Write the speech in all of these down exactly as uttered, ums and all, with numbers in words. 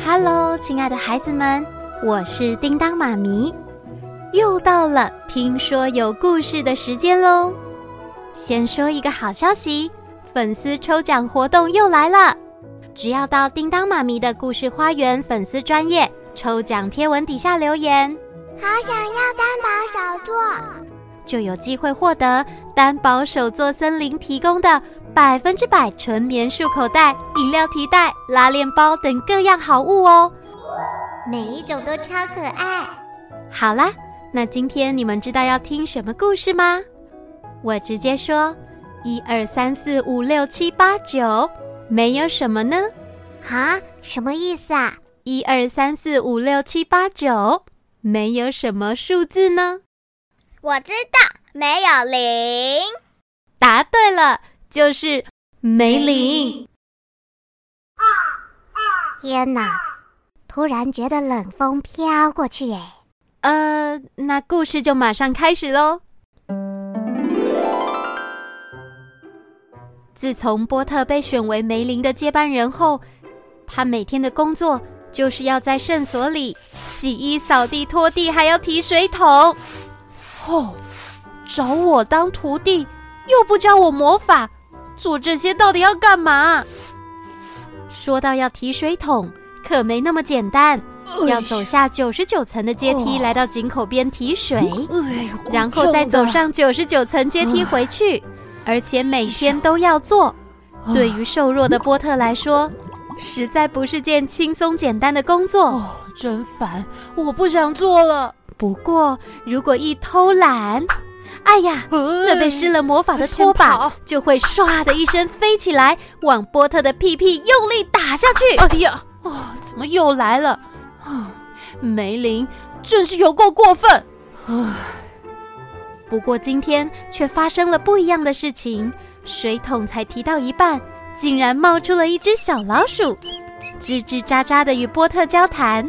Hello， 亲爱的孩子们，我是叮当妈咪，又到了听说有故事的时间咯。先说一个好消息，粉丝抽奖活动又来了，只要到叮当妈咪的故事花园粉丝专页抽奖贴文底下留言， 好想要担保手作， 就有机会获得担保手作森林提供的百分之百纯棉束口袋、饮料提袋、拉链包等各样好物哦， 每一种都超可爱。 好啦，那今天你们知道要听什么故事吗？我直接说一二三四五六七八九，没有什么呢？ 啊，什么意思啊？ 一二三四五六七八九，没有什么数字呢？ 我知道，没有零。 答对了，就是没零。 天哪，突然觉得冷风飘过去耶。 呃，那故事就马上开始咯。自从波特被选为梅林的接班人后，他每天的工作就是要在圣所里洗衣、扫地、拖地，还要提水桶。哦，找我当徒弟，又不教我魔法，做这些到底要干嘛？说到要提水桶，可没那么简单，呃、要走下九十九层的阶梯，哦、来到井口边提水，呃、然后再走上九十九层阶梯回去。呃而且每天都要做，对于瘦弱的波特来说，实在不是件轻松简单的工作。 哦，真烦，我不想做了。 不过，如果一偷懒，哎呀，呃、那被施了魔法的拖把就会唰的一声飞起来，往波特的屁屁用力打下去。 哎呀，哦，怎么又来了？哦，梅林真是有够过分。唉。 不过今天却发生了不一样的事情，水桶才提到一半，竟然冒出了一只小老鼠，吱吱喳喳地与波特交谈。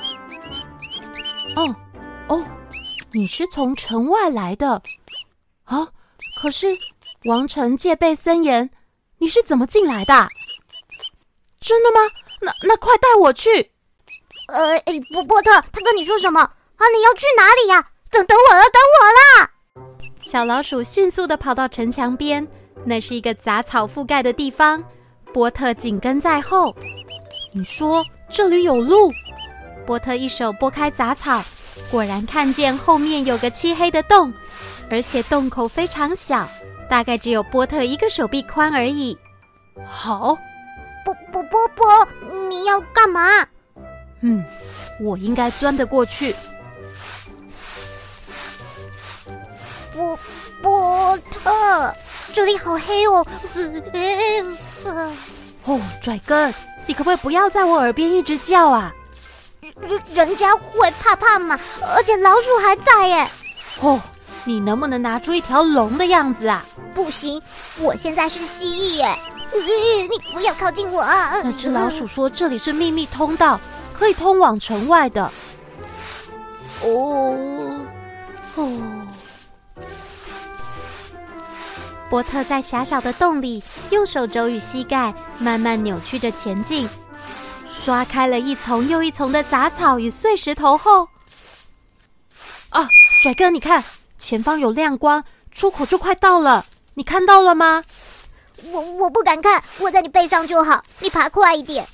哦哦，你是从城外来的啊？可是王城戒备森严，你是怎么进来的？真的吗？那那快带我去。 呃，波波特，他跟你说什么啊？你要去哪里呀？等等我了，等我啦！ 小老鼠迅速地跑到城墙边，那是一个杂草覆盖的地方，波特紧跟在后。 你说这里有路？ 波特一手拨开杂草，果然看见后面有个漆黑的洞，而且洞口非常小，大概只有波特一个手臂宽而已。 好， 波波波波，你要干嘛？ 嗯，我应该钻得过去。 波波特，这里好黑哦！ 哦，拽根，你可不可以不要在我耳边一直叫啊？ 人人家会怕怕嘛，而且老鼠还在耶。 哦，你能不能拿出一条龙的样子啊？ 不行，我现在是蜥蜴耶！你不要靠近我啊！ 那只老鼠说这里是秘密通道，可以通往城外的。哦，哦。 波特在狭小的洞里，用手肘与膝盖慢慢扭曲着前进，刷开了一丛又一丛的杂草与碎石头后， 啊，拽哥，你看，前方有亮光，出口就快到了，你看到了吗？ 我我不敢看，我在你背上就好，你爬快一点。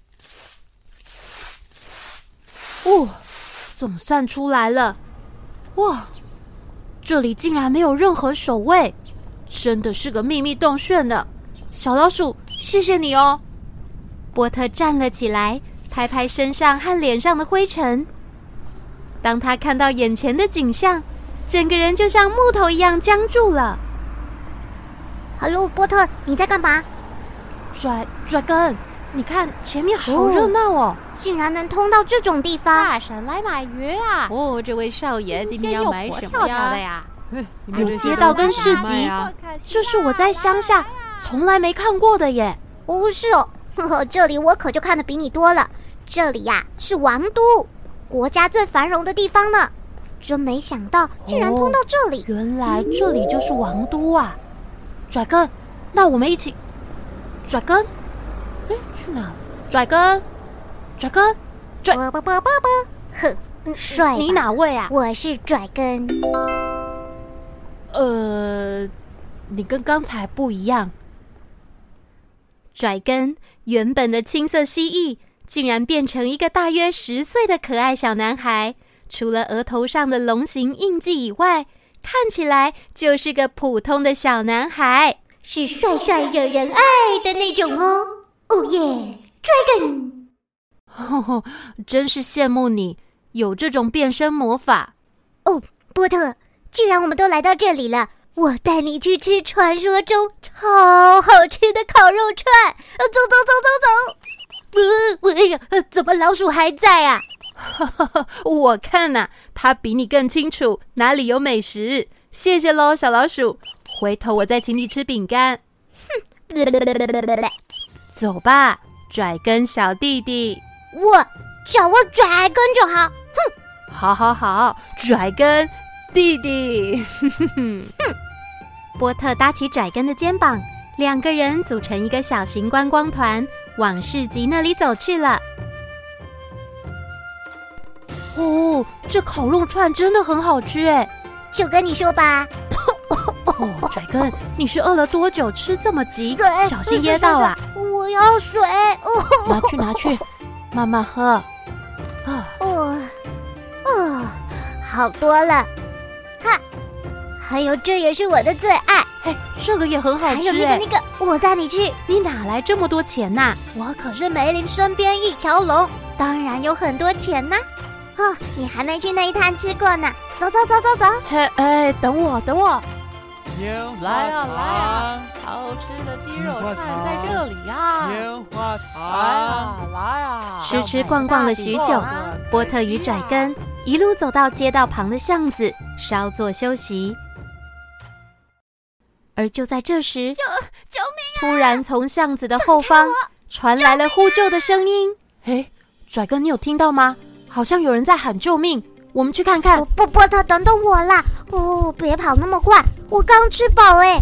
哦，总算出来了，哇，这里竟然没有任何守卫。真的是个秘密洞穴呢，小老鼠，谢谢你哦。 波特站了起来，拍拍身上和脸上的灰尘。当他看到眼前的景象，整个人就像木头一样僵住了。 Hello， 波特，你在干嘛？ 拽拽根，你看前面好热闹哦， 竟然能通到这种地方。 大婶来买鱼啊！ 哦，这位少爷今天要买什么呀？呀有街道跟市集，这是我在乡下从来没看过的耶。 不是哦，呵呵，这里我可就看得比你多了。这里呀、啊、是王都，国家最繁荣的地方呢。真没想到竟然通到这里。 哦、原来这里就是王都啊！拽根，那我们一起。拽根，哎，去哪了？拽根， 拽根，拽啵啵啵啵啵，哼，帅吧！ 你哪位啊？ 我是拽根。 呃，你跟刚才不一样。 拽根原本的青色蜥蜴，竟然变成一个大约十岁的可爱小男孩。除了额头上的龙形印记以外，看起来就是个普通的小男孩， 是帅帅惹人爱的那种哦。哦耶，拽根！ 哦，真是羡慕你有这种变身魔法。 哦，波特，既然我们都来到这里了，我带你去吃传说中超好吃的烤肉串。呃，走走走走走。呃，哎呀，怎么老鼠还在啊？ 我看呐、啊，他比你更清楚哪里有美食。谢谢喽，小老鼠。回头我再请你吃饼干。 哼， 走吧，拽根小弟弟。 我叫我拽根就好。哼， 好好好，拽根弟弟。哼，波特搭起拽根的肩膀，两个人组成一个小型观光团，往市集那里走去了。 哦，这烤肉串真的很好吃哎！ 就跟你说吧。 哦，拽根，你是饿了多久吃这么急？ 水， 小心噎到啊！ 我要水。哦， 拿去拿去，慢慢喝。啊， 哦，哦，好多了。哈，还有这也是我的最爱。 哎，这个也很好吃哎。 还有那个那个，我带你去。 你哪来这么多钱呐、啊？ 我可是梅林身边一条龙，当然有很多钱呐、啊。哦，你还没去那一摊吃过呢。走走走走走。 嘿，哎，等我等我。 来啊来啊，好吃的鸡肉串在这里呀！ 棉花糖， 来啊来啊！ 吃吃逛逛了许久，波特与拽根一路走到街道旁的巷子，稍作休息。而就在这时， 救救命啊！ 突然从巷子的后方传来了呼救的声音。 哎，拽根，你有听到吗？好像有人在喊救命，我们去看看。 不，波特，等等我啦！哦，别跑那么快，我刚吃饱哎。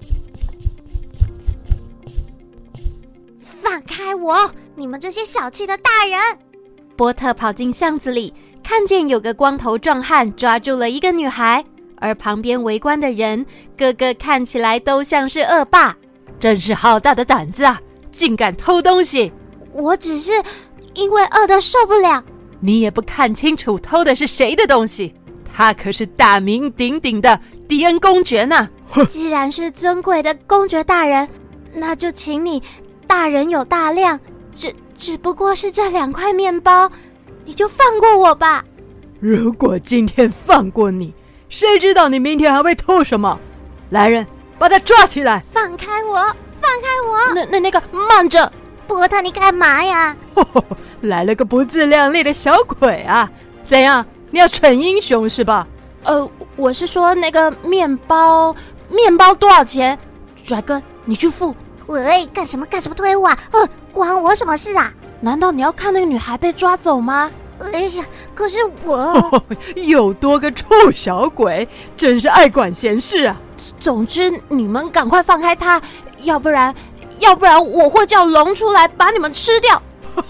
放开我！你们这些小气的大人！ 波特跑进巷子里，看见有个光头壮汉抓住了一个女孩，而旁边围观的人个个看起来都像是恶霸。 真是好大的胆子啊，竟敢偷东西！ 我只是因为饿得受不了。 你也不看清楚偷的是谁的东西，他可是大名鼎鼎的迪恩公爵呢。 既然是尊贵的公爵大人，那就请你大人有大量，只只不过是这两块面包，你就放过我吧。 如果今天放过你，谁知道你明天还会偷什么？来人，把他抓起来！ 放开我，放开我！ 那那那个，慢着！ 波特，你干嘛呀？ 呵呵，来了个不自量力的小鬼啊！怎样？你要逞英雄是吧？ 呃，我是说那个面包，面包多少钱？拽根，你去付。 喂，干什么干什么推我啊？呃，关我什么事啊？ 难道你要看那个女孩被抓走吗？ 哎呀，可是我、 哦、有多个臭小鬼，真是爱管闲事啊！ 总之，你们赶快放开她，要不然。要不然我会叫龙出来把你们吃掉。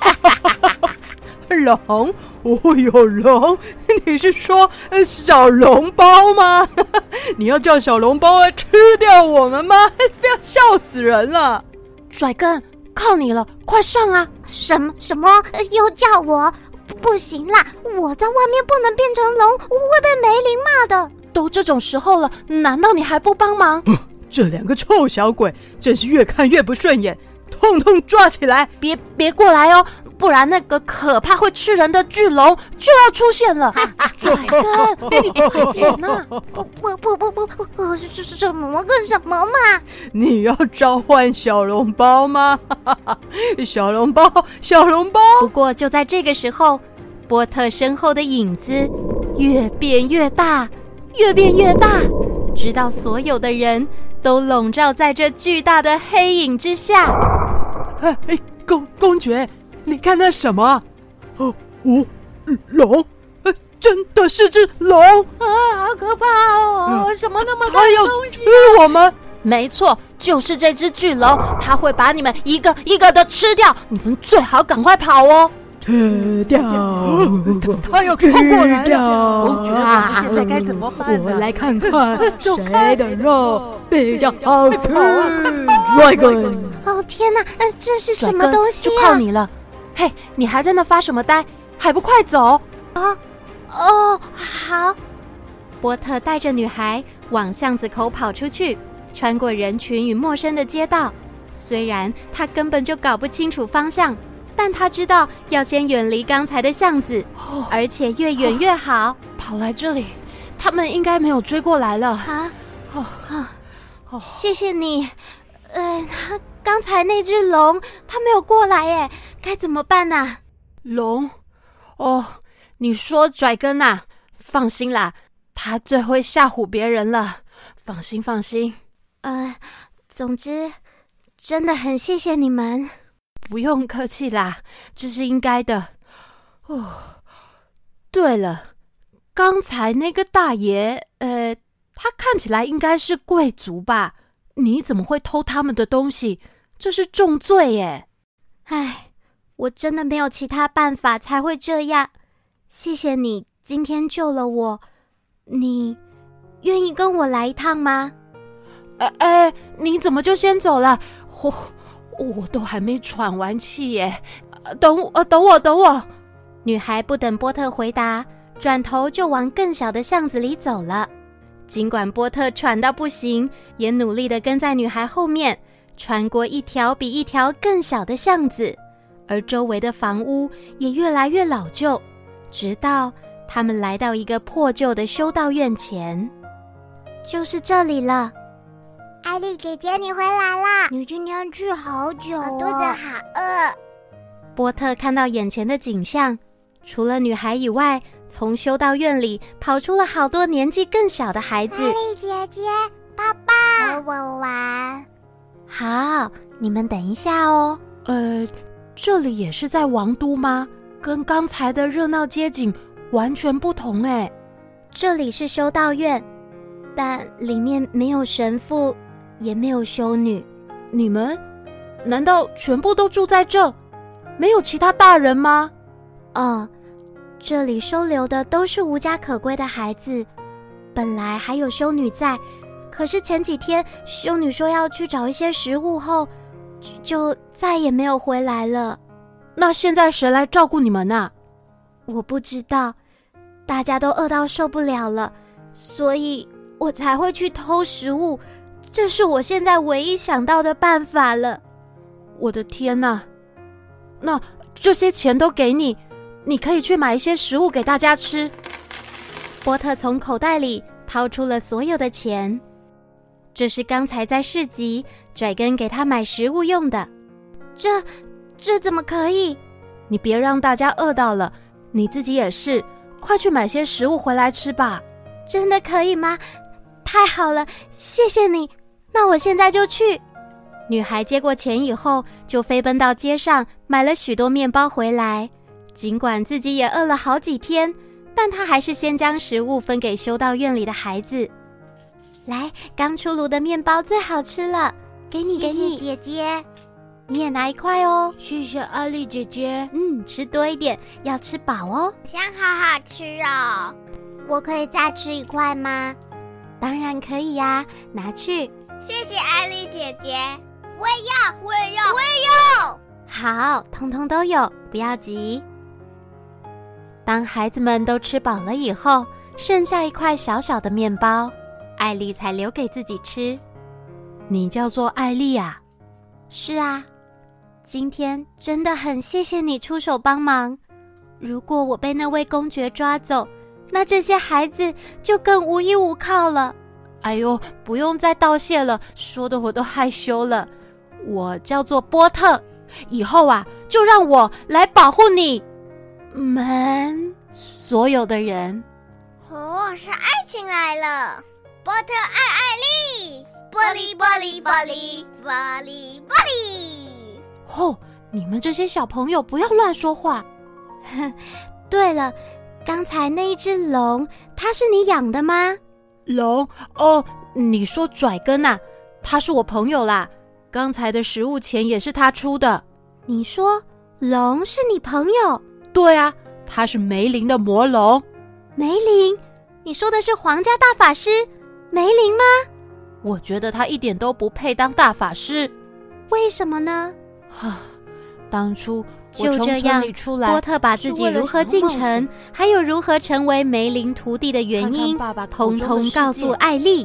龙？哦有龙？你是说小笼包吗？你要叫小笼包来吃掉我们吗？不要笑死人了！ 拽根，靠你了，快上啊！ 什么什么？又叫我？不, 不行啦，我在外面不能变成龙，我会被梅林骂的。 都这种时候了，难道你还不帮忙？ 这两个臭小鬼真是越看越不顺眼，通通抓起来！ 别别过来哦，不然那个可怕会吃人的巨龙就要出现了。拽根，你快点呐！ 不不不不不不，是什么跟什么嘛？ 你要召唤小笼包吗？小笼包，小笼包！ 不过就在这个时候，波特身后的影子越变越大，越变越大，直到所有的人都笼罩在这巨大的黑影之下。 哎哎，公公爵，你看那什么？哦哦，龙！呃，真的是只龙啊！好可怕哦！呃、什么那么大的东西、啊？ 吃我们？ 没错，就是这只巨龙，它会把你们一个一个的吃掉。你们最好赶快跑哦！ 吃吃掉， 他要冲过来了， 公爵，我们现在该怎么办呢？ 我来看看谁的肉比较好吃。Dragon， 哦天哪，呃，这是什么东西啊？ 就靠你了。嘿，你还在那发什么呆？还不快走！ 啊，哦，好。 波特带着女孩往巷子口跑出去，穿过人群与陌生的街道。虽然他根本就搞不清楚方向，但他知道要先远离刚才的巷子， 哦、 而且越远越好。 哦、跑来这里，他们应该没有追过来了。 啊， 哦哦，谢谢你。呃，刚才那只龙它没有过来耶，该怎么办啊？ 龙？哦，你说拽根啊？放心啦，他最会吓唬别人了。放心放心。 呃，总之真的很谢谢你们。 不用客气啦，这是应该的。哦，对了，刚才那个大爷，呃，他看起来应该是贵族吧？你怎么会偷他们的东西？这是重罪耶！ 唉，我真的没有其他办法才会这样。谢谢你今天救了我，你愿意跟我来一趟吗？ 哎哎，你怎么就先走了？我我都还没喘完气耶！等我，等我，等我！ 女孩不等波特回答，转头就往更小的巷子里走了。尽管波特喘到不行，也努力地跟在女孩后面，穿过一条比一条更小的巷子，而周围的房屋也越来越老旧，直到他们来到一个破旧的修道院前。 就是这里了。 艾丽姐姐，你回来啦！ 你今天去好久哦， 我肚子好饿。 波特看到眼前的景象，除了女孩以外，从修道院里跑出了好多年纪更小的孩子。 艾丽姐姐，爸爸，和我玩。 好，你们等一下哦。 呃，这里也是在王都吗？跟刚才的热闹街景完全不同哎。 这里是修道院，但里面没有神父，也没有修女。 你们难道全部都住在这？没有其他大人吗？ 哦，这里收留的都是无家可归的孩子，本来还有修女在，可是前几天修女说要去找一些食物后，就再也没有回来了。 那现在谁来照顾你们啊？ 我不知道，大家都饿到受不了了，所以我才会去偷食物，这是我现在唯一想到的办法了。 我的天哪！那这些钱都给你，你可以去买一些食物给大家吃。 波特从口袋里掏出了所有的钱，这是刚才在市集拽根给他买食物用的。 这这怎么可以？ 你别让大家饿到了，你自己也是，快去买些食物回来吃吧。 真的可以吗？太好了，谢谢你。那我现在就去。 女孩接过钱以后，就飞奔到街上买了许多面包回来。尽管自己也饿了好几天，但她还是先将食物分给修道院里的孩子。 来，刚出炉的面包最好吃了，给你，给你， 姐姐， 你也拿一块哦。 谢谢艾丽姐姐。 嗯，吃多一点，要吃饱哦。 想好好吃哦。我可以再吃一块吗？ 当然可以呀，拿去。 谢谢艾丽姐姐。我也要，我也要，我也要。 好，通通都有，不要急。 当孩子们都吃饱了以后，剩下一块小小的面包，艾丽才留给自己吃。 你叫做艾丽啊？ 是啊，今天真的很谢谢你出手帮忙。如果我被那位公爵抓走，那这些孩子就更无依无靠了。 哎呦，不用再道谢了，说的我都害羞了。我叫做波特，以后啊，就让我来保护你们所有的人。 哦，是爱情来了！波特爱艾丽，玻璃玻璃玻璃玻璃玻璃。 哦，你们这些小朋友不要乱说话。 对了，刚才那一只龙，它是你养的吗？ 龙？哦，你说拽根啊？他是我朋友啦。刚才的食物钱也是他出的。 你说龙是你朋友？ 对啊，他是梅林的魔龙。 梅林？你说的是皇家大法师梅林吗？ 我觉得他一点都不配当大法师。 为什么呢？ 啊，当初我就从村这样里出来， 波特把自己如何进城，还有如何成为梅林徒弟的原因， 看看爸爸口通中的世界通告诉艾丽。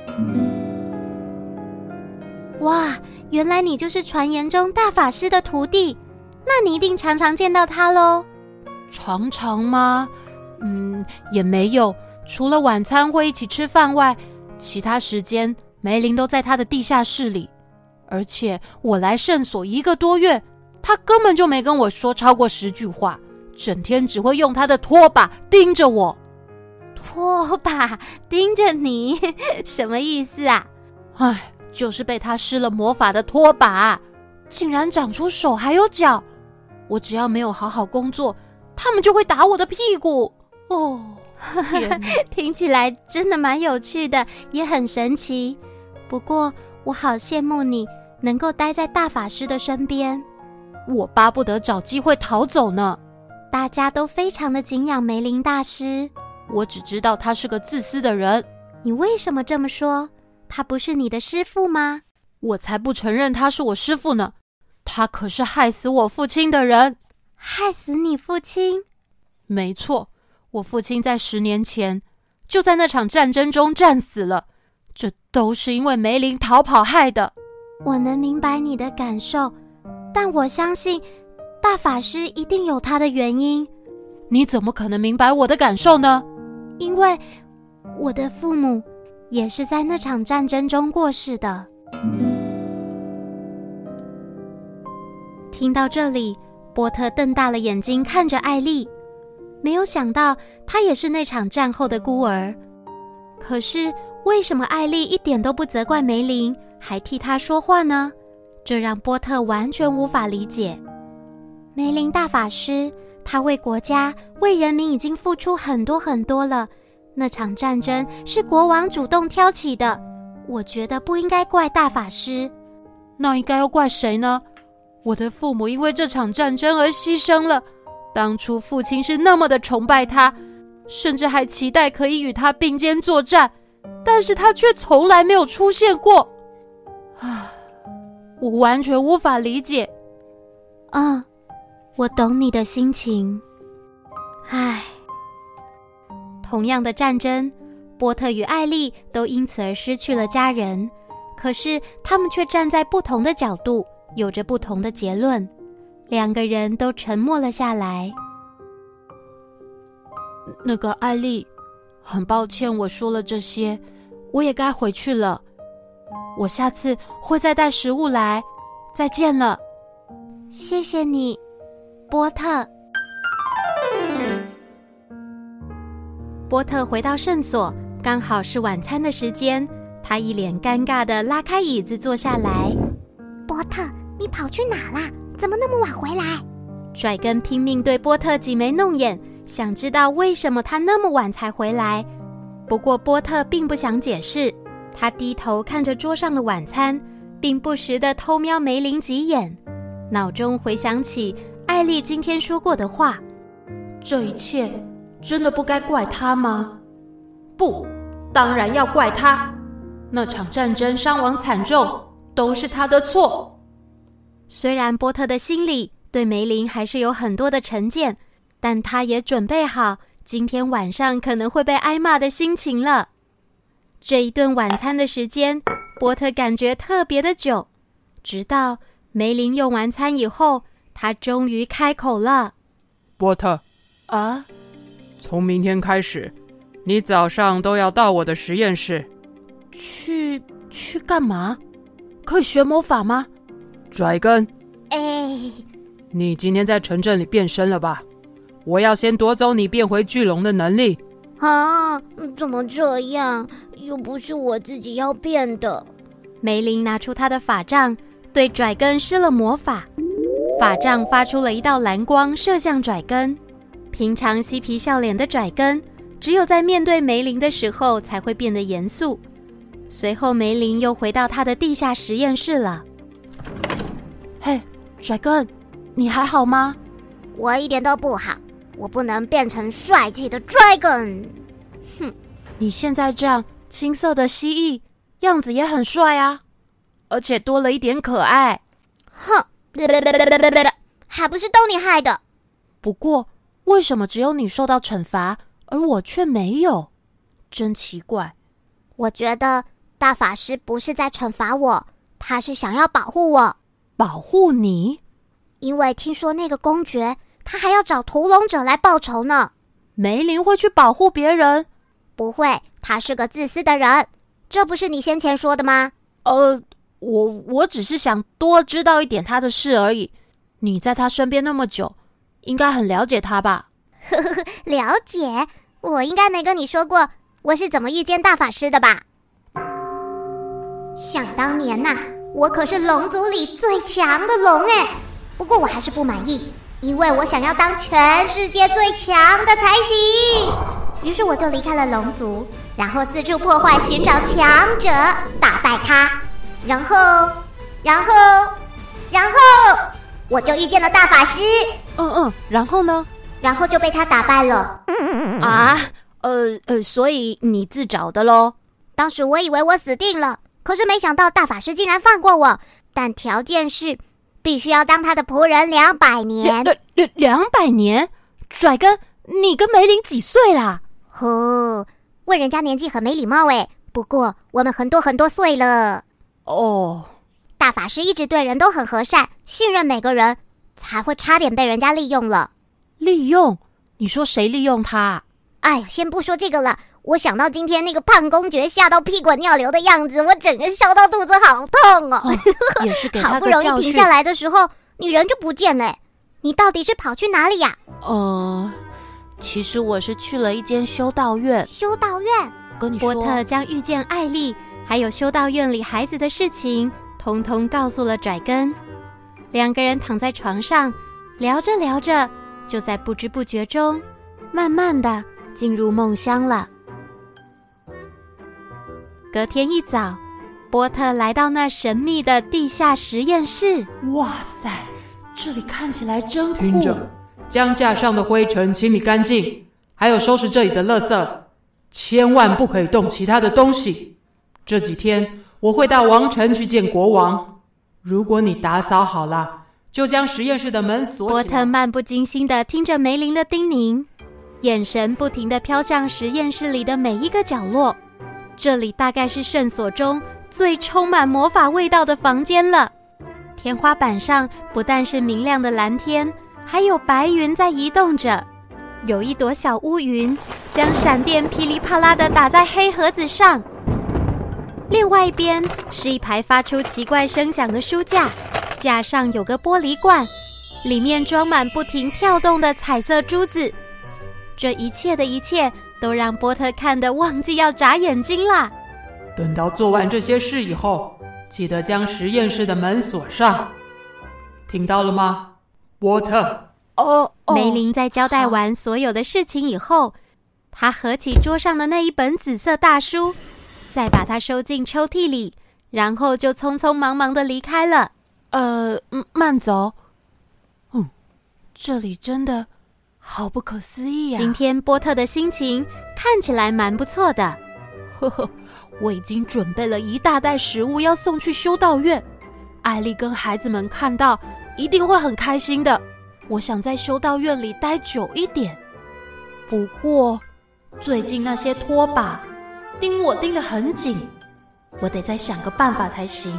哇，原来你就是传言中大法师的徒弟，那你一定常常见到他咯。 常常吗？嗯，也没有。除了晚餐会一起吃饭外，其他时间梅林都在他的地下室里。而且我来圣所一个多月，他根本就没跟我说超过十句话，整天只会用他的拖把盯着我。 拖把盯着你，什么意思啊？ 唉，就是被他施了魔法的拖把，竟然长出手还有脚。我只要没有好好工作，他们就会打我的屁股。哦，天哪， 听起来真的蛮有趣的，也很神奇。不过我好羡慕你能够待在大法师的身边。 我巴不得找机会逃走呢。 大家都非常的敬仰梅林大师。 我只知道他是个自私的人。 你为什么这么说？他不是你的师父吗？ 我才不承认他是我师父呢。他可是害死我父亲的人。 害死你父亲？ 没错，我父亲在十年前就在那场战争中战死了，这都是因为梅林逃跑害的。 我能明白你的感受，但我相信大法师一定有他的原因。 你怎么可能明白我的感受呢？ 因为我的父母也是在那场战争中过世的。听到这里，波特瞪大了眼睛看着艾丽，没有想到她也是那场战后的孤儿。可是为什么艾丽一点都不责怪梅林，还替她说话呢？这让波特完全无法理解。梅林大法师，他为国家为人民已经付出很多很多了，那场战争是国王主动挑起的，我觉得不应该怪大法师。 那应该要怪谁呢？我的父母因为这场战争而牺牲了，当初父亲是那么的崇拜他，甚至还期待可以与他并肩作战，但是他却从来没有出现过。啊，我完全无法理解。 嗯，我懂你的心情。唉，同样的战争，波特与艾丽都因此而失去了家人，可是他们却站在不同的角度，有着不同的结论。两个人都沉默了下来。 那个艾丽，很抱歉我说了这些，我也该回去了。我下次会再带食物来，再见了。 谢谢你，波特。波特回到圣所，刚好是晚餐的时间，他一脸尴尬地拉开椅子坐下来。 波特，你跑去哪啦？怎么那么晚回来？ 拽根拼命对波特挤眉弄眼，想知道为什么他那么晚才回来。不过波特并不想解释，他低头看着桌上的晚餐，并不时地偷瞄梅林几眼，脑中回想起艾丽今天说过的话。 这一切真的不该怪他吗？不，当然要怪他。那场战争伤亡惨重，都是他的错。 虽然波特的心里对梅林还是有很多的成见，但他也准备好今天晚上可能会被挨骂的心情了。这一顿晚餐的时间，波特感觉特别的久，直到梅林用完餐以后，他终于开口了。 波特， 啊， 从明天开始，你早上都要到我的实验室。 去去干嘛？可以学魔法吗？ 拽根， 哎， 你今天在城镇里变身了吧？我要先夺走你变回巨龙的能力。 啊，怎么这样？又不是我自己要变的。 梅林拿出他的法杖，对拽根施了魔法，法杖发出了一道蓝光，射向拽根。平常嬉皮笑脸的拽根，只有在面对梅林的时候才会变得严肃。随后梅林又回到他的地下实验室了。 嘿，拽根，你还好吗？ 我一点都不好，我不能变成帅气的 dragon。哼， 你现在这样青色的蜥蜴样子也很帅啊，而且多了一点可爱。 哼，还不是都你害的。 不过为什么只有你受到惩罚，而我却没有？真奇怪。 我觉得大法师不是在惩罚我，他是想要保护我。 保护你？ 因为听说那个公爵他还要找屠龙者来报仇呢。 梅林会去保护别人？ 不会，他是个自私的人。这不是你先前说的吗？ 呃，我我只是想多知道一点他的事而已。你在他身边那么久，应该很了解他吧？ 呵呵呵，了解。我应该没跟你说过我是怎么遇见大法师的吧？想当年呐、啊，我可是龙族里最强的龙哎。不过我还是不满意，因为我想要当全世界最强的才行。于是我就离开了龙族，然后四处破坏，寻找强者，打败他。然后，然后，然后我就遇见了大法师。 嗯嗯，然后呢？ 然后就被他打败了。 啊，呃呃，所以你自找的咯？ 当时我以为我死定了，可是没想到大法师竟然放过我，但条件是必须要当他的仆人两百年。 两两两百年？拽根，你跟梅林几岁啦？ 呵，问人家年纪很没礼貌诶。不过我们很多很多岁了。 哦， 大法师一直对人都很和善，信任每个人，才会差点被人家利用了。 利用？你说谁利用他？ 哎呀，先不说这个了。我想到今天那个胖公爵吓到屁滚尿流的样子，我整个笑到肚子好痛哦。哦也是给他个教训。好不容易停下来的时候，你人就不见了。你到底是跑去哪里呀、 啊？呃，其实我是去了一间修道院。 修道院？ 跟你说， 波特将遇见艾丽还有修道院里孩子的事情通通告诉了拽根。两个人躺在床上聊着聊着，就在不知不觉中慢慢的进入梦乡了。隔天一早，波特来到那神秘的地下实验室。 哇塞，这里看起来真酷。 听着，将架上的灰尘清理干净，还有收拾这里的垃圾，千万不可以动其他的东西。这几天我会到王城去见国王，如果你打扫好了，就将实验室的门锁起来。 波特漫不经心地听着梅林的叮咛，眼神不停地飘向实验室里的每一个角落。这里大概是圣所中最充满魔法味道的房间了。天花板上不但是明亮的蓝天，还有白云在移动着。有一朵小乌云将闪电噼里啪啦地打在黑盒子上。另外一边是一排发出奇怪声响的书架，架上有个玻璃罐，里面装满不停跳动的彩色珠子。这一切的一切都让波特看得忘记要眨眼睛啦。 等到做完这些事以后，记得将实验室的门锁上，听到了吗，波特？ 哦哦。 梅林在交代完所有的事情以后，他合起桌上的那一本紫色大书，再把它收进抽屉里，然后就匆匆忙忙地离开了。 呃，慢走。嗯，这里真的好不可思议啊！ 今天波特的心情看起来蛮不错的。 呵呵，我已经准备了一大袋食物要送去修道院，艾丽跟孩子们看到一定会很开心的。我想在修道院里待久一点，不过最近那些拖把盯我盯得很紧，我得再想个办法才行。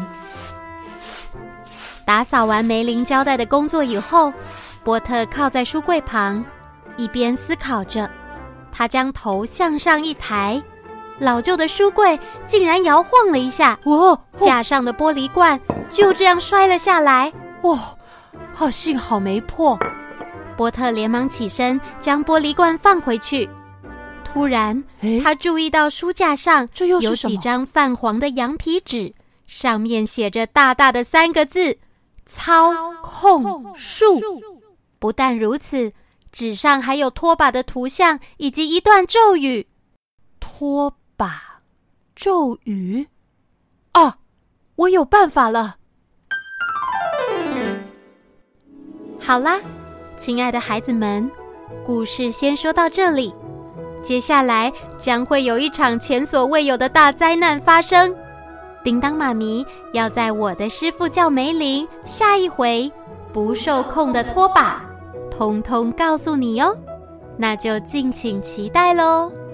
打扫完梅林交代的工作以后，波特靠在书柜旁，一边思考着。他将头向上一抬，老旧的书柜竟然摇晃了一下， 哇！ 架上的玻璃罐就这样摔了下来。 哇！好，幸好没破。 波特连忙起身将玻璃罐放回去。突然，他注意到书架上有几张泛黄的羊皮纸，上面写着大大的三个字：操控术。不但如此，纸上还有拖把的图像以及一段咒语。 拖把咒语啊，我有办法了。 好啦， 亲爱的孩子们，故事先说到这里，接下来将会有一场前所未有的大灾难发生。叮当妈咪要在我的师傅叫梅林下一回不受控的拖把，通通告诉你哦，那就敬请期待咯。